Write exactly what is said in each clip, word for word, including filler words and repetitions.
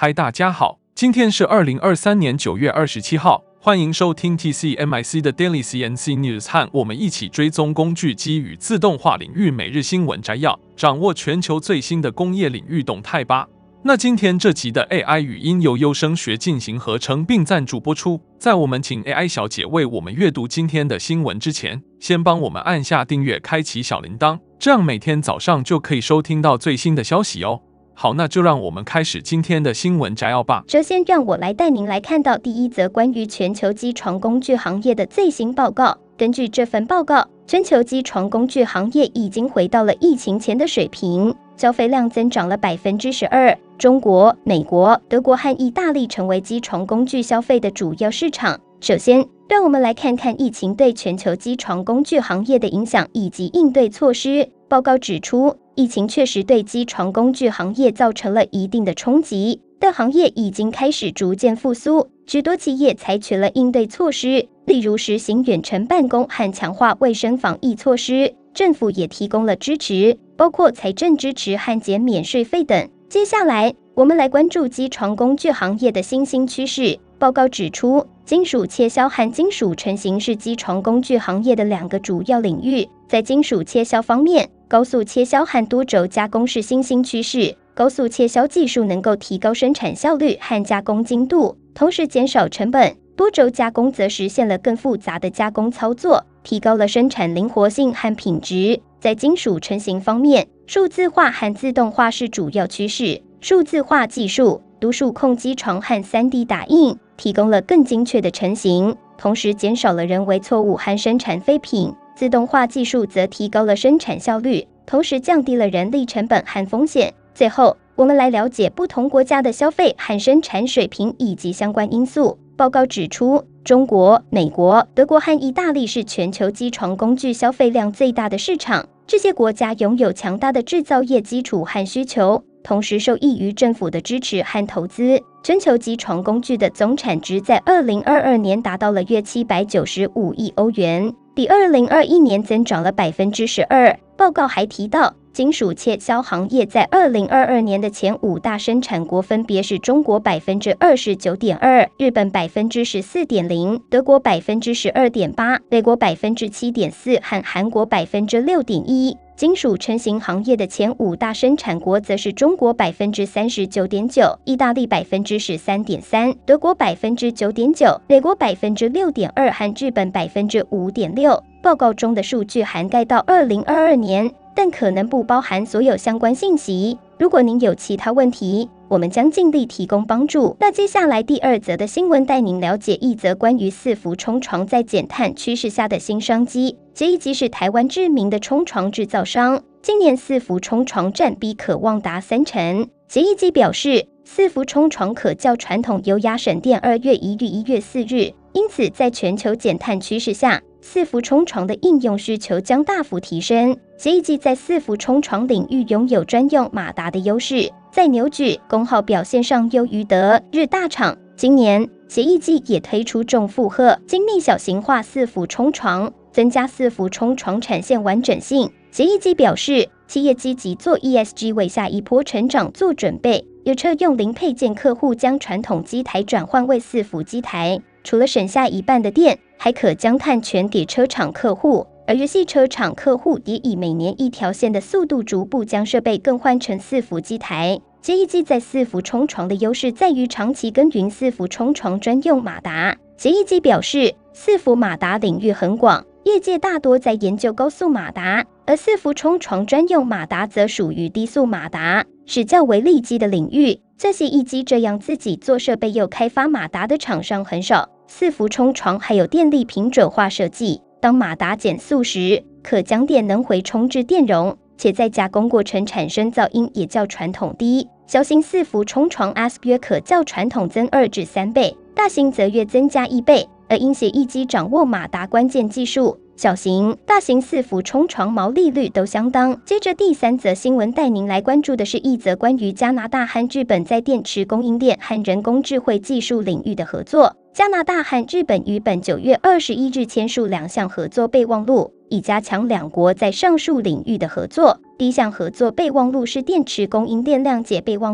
嗨，大家好，今天是二零二三年九月二十七号，欢迎收听 T C M I C 的 Daily C N C News， 和我们一起追踪工具机与自动化领域每日新闻摘要，掌握全球最新的工业领域动态吧。那今天这集的 A I 语音由优声学进行合成并赞助播出。在我们请 A I 小姐为我们阅读今天的新闻之前，先帮我们按下订阅，开启小铃铛，这样每天早上就可以收听到最新的消息哦。好，那就让我们开始今天的新闻摘要吧。 首先，让我来带您来看到第一则关于全球机床工具行业的最新报告。根据这份报告，全球机床工具行业已经回到了疫情前的水平，消费量增长了 百分之十二。中国、美国、德国和意大利成为机床工具消费的主要市场。首先，让我们来看看疫情对全球机床工具行业的影响以及应对措施。报告指出，疫情确实对机床工具行业造成了一定的冲击，但行业已经开始逐渐复苏。许多企业采取了应对措施，例如实行远程办公和强化卫生防疫措施。政府也提供了支持，包括财政支持和减免税费等。接下来，我们来关注机床工具行业的新兴趋势。报告指出，金属切削和金属成型是机床工具行业的两个主要领域。在金属切削方面，高速切削和多轴加工是新兴趋势。高速切削技术能够提高生产效率和加工精度，同时减少成本。多轴加工则实现了更复杂的加工操作，提高了生产灵活性和品质。在金属成型方面，数字化和自动化是主要趋势。数字化技术、读数控机床和 三 D 打印提供了更精确的成型，同时减少了人为错误和生产废品。自动化技术则提高了生产效率，同时降低了人力成本和风险。最后，我们来了解不同国家的消费和生产水平以及相关因素。报告指出，中国、美国、德国和意大利是全球机床工具消费量最大的市场。这些国家拥有强大的制造业基础和需求，同时受益于政府的支持和投资。全球机床工具的总产值在二零二二年达到了约七百九十五亿欧元，比二零二一年增长了 百分之十二。报告还提到，金属切削行业在二零二二年的前五大生产国分别是中国 百分之二十九点二、日本 百分之十四点零、德国 百分之十二点八、美国 百分之七点四 和韩国 百分之六点一。金属成型行业的前五大生产国则是中国 百分之三十九点九、意大利 百分之十三点三、德国 百分之九点九、美国 百分之六点二 和日本 百分之五点六。报告中的数据涵盖到二零二二年，但可能不包含所有相关信息。如果您有其他问题，我们将尽力提供帮助。那接下来第二则的新闻带您了解一则关于伺服冲床在减碳趋势下的新商机。协议机是台湾知名的冲床制造商，今年伺服冲床占比可望达三成。协议机表示，伺服冲床可较传统油压省电二月一日、一月四日，因此在全球减碳趋势下，伺服冲床的应用需求将大幅提升。协议机在伺服冲床领域拥有专用马达的优势，在扭矩、功耗表现上优于德日大厂。今年，协议机也推出重负荷、精密小型化伺服冲床，增加伺服冲床产线完整性。协议机表示，企业积极做 E S G 为下一波成长做准备，有车用零配件客户将传统机台转换为伺服机台，除了省下一半的电，还可将碳权给车厂客户。而日系车厂客户也以每年一条线的速度逐步将设备更换成伺服机台。协议机在伺服冲床的优势在于长期耕耘伺服冲床专用马达。协议机表示，伺服马达领域很广，业界大多在研究高速马达，而伺服冲床专用马达则属于低速马达，是较为利基的领域。这协议机这样自己做设备又开发马达的厂商很少。伺服冲床还有电力平准化设计，当马达减速时，可将电能回充至电容，且在加工过程产生噪音也较传统低。小型伺服冲床 A S P 约可较传统增二至三倍，大型则约增加一倍。而因协议机掌握马达关键技术，小型、大型伺服冲床毛利率都相当。接着第三则新闻带您来关注的是一则关于加拿大和日本在电池供应链和人工智慧技术领域的合作。加拿大和日本于本九月二十一日签署两项合作备忘录，以加强两国在上述领域的合作。第一项合作备忘录是电池供应链谅解备忘录，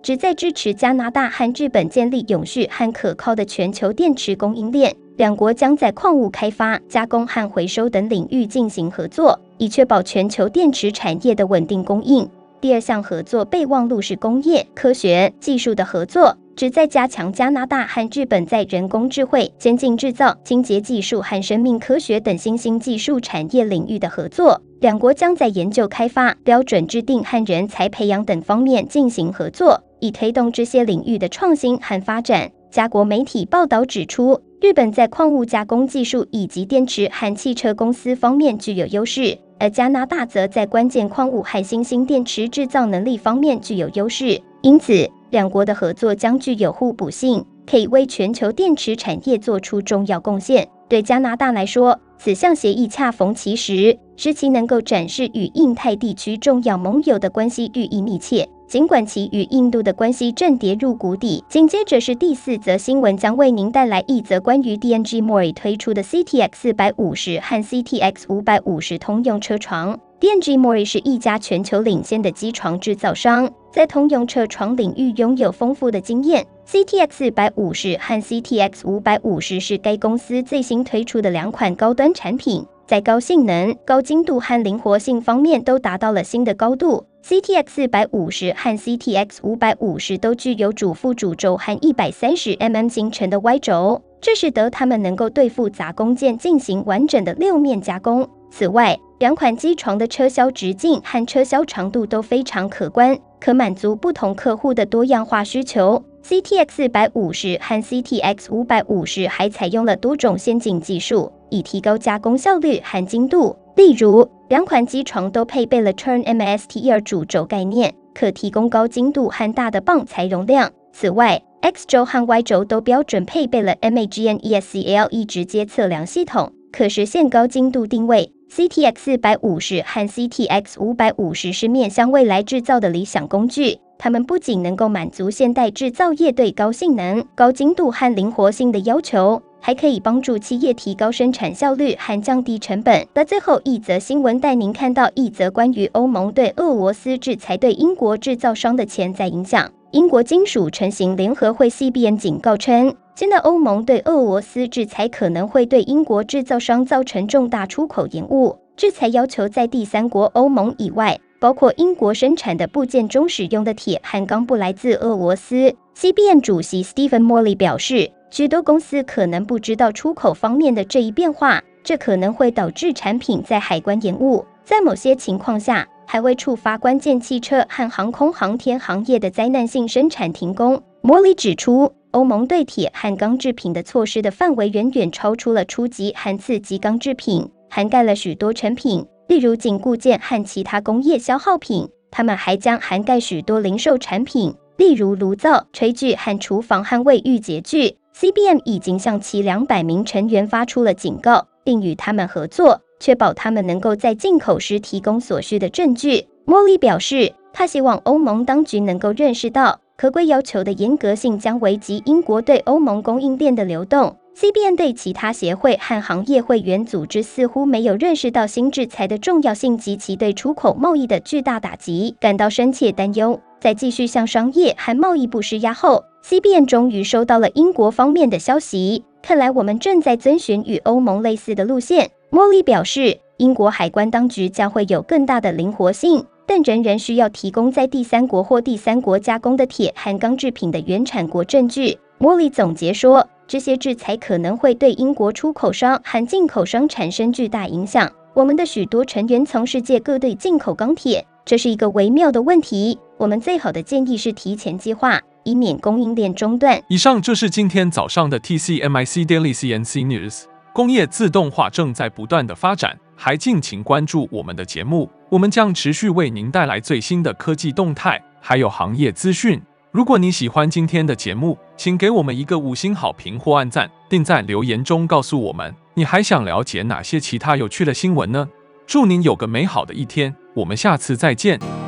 旨在支持加拿大和日本建立永续和可靠的全球电池供应链。两国将在矿物开发、加工和回收等领域进行合作，以确保全球电池产业的稳定供应。第二项合作备忘录是工业、科学、技术的合作，旨在加强加拿大和日本在人工智慧、先进制造、清洁技术和生命科学等新兴技术产业领域的合作。两国将在研究开发、标准制定和人才培养等方面进行合作，以推动这些领域的创新和发展。加国媒体报道指出，日本在矿物加工技术以及电池和汽车公司方面具有优势，而加拿大则在关键矿物和新兴电池制造能力方面具有优势。因此，两国的合作将具有互补性，可以为全球电池产业做出重要贡献。对加拿大来说，此项协议恰逢其时，使其能够展示与印太地区重要盟友的关系日益密切。尽管其与印度的关系正跌入谷底。紧接着是第四则新闻，将为您带来一则关于 D N G Mori 推出的 C T X 四百五十和 C T X 五百五十通用车床。D N G Mori 是一家全球领先的机床制造商，在通用车床领域拥有丰富的经验。C T X 四百五十和 C T X 五百五十是该公司最新推出的两款高端产品，在高性能、高精度和灵活性方面都达到了新的高度。C T X 四百五十和 C T X 五百五十都具有主副主轴和 一百三十毫米 形成的 Y 轴，这使得它们能够对复杂工件进行完整的六面加工。此外，两款机床的车销直径和车销长度都非常可观，可满足不同客户的多样化需求。C T X 四百五十和 C T X 五百五十还采用了多种先进技术，以提高加工效率和精度。例如，两款机床都配备了 Turn M S T 二主轴概念，可提供高精度和大的棒材容量。此外， X 轴和 Y 轴都标准配备了 MAGNESCLE 直接测量系统，可实现高精度定位。C T X 四百五十和 C T X 五百五十是面向未来制造的理想工具，它们不仅能够满足现代制造业对高性能、高精度和灵活性的要求，还可以帮助企业提高生产效率和降低成本。的最后一则新闻带您看到一则关于欧盟对俄罗斯制裁对英国制造商的潜在影响。英国金属成型联合会 C B N 警告称，现在欧盟对俄罗斯制裁可能会对英国制造商造成重大出口延误。制裁要求在第三国欧盟以外，包括英国生产的部件中使用的铁和钢不来自俄罗斯。C B N 主席 Stephen Morley 表示，许多公司可能不知道出口方面的这一变化，这可能会导致产品在海关延误，在某些情况下还会触发关键汽车和航空航天行业的灾难性生产停工。Morley 指出，欧盟对铁和钢制品的措施的范围远远超出了初级和次级钢制品，涵盖了许多成品，例如紧固件和其他工业消耗品。它们还将涵盖许多零售产品，例如炉灶、炊具和厨房和卫浴洁具。C B M 已经向其两百名成员发出了警告，并与他们合作，确保他们能够在进口时提供所需的证据。莫里表示，他希望欧盟当局能够认识到合规要求的严格性将危及英国对欧盟供应链的流动。C B N 对其他协会和行业会员组织似乎没有认识到新制裁的重要性及其对出口贸易的巨大打击感到深切担忧。在继续向商业和贸易部施压后， C B N 终于收到了英国方面的消息，看来我们正在遵循与欧盟类似的路线。莫里表示，英国海关当局将会有更大的灵活性，但仍然需要提供在第三国或第三国加工的铁和钢制品的原产国证据。莫里总结说，这些制裁可能会对英国出口商和进口商产生巨大影响。我们的许多成员从世界各地进口钢铁，这是一个微妙的问题。我们最好的建议是提前计划，以免供应链中断。 以上就是今天早上的 T C M I C Daily C N C News。工业自动化正在不断的发展，还敬请关注我们的节目，我们将持续为您带来最新的科技动态，还有行业资讯。如果你喜欢今天的节目，请给我们一个五星好评或按赞，并在留言中告诉我们，你还想了解哪些其他有趣的新闻呢？祝您有个美好的一天，我们下次再见。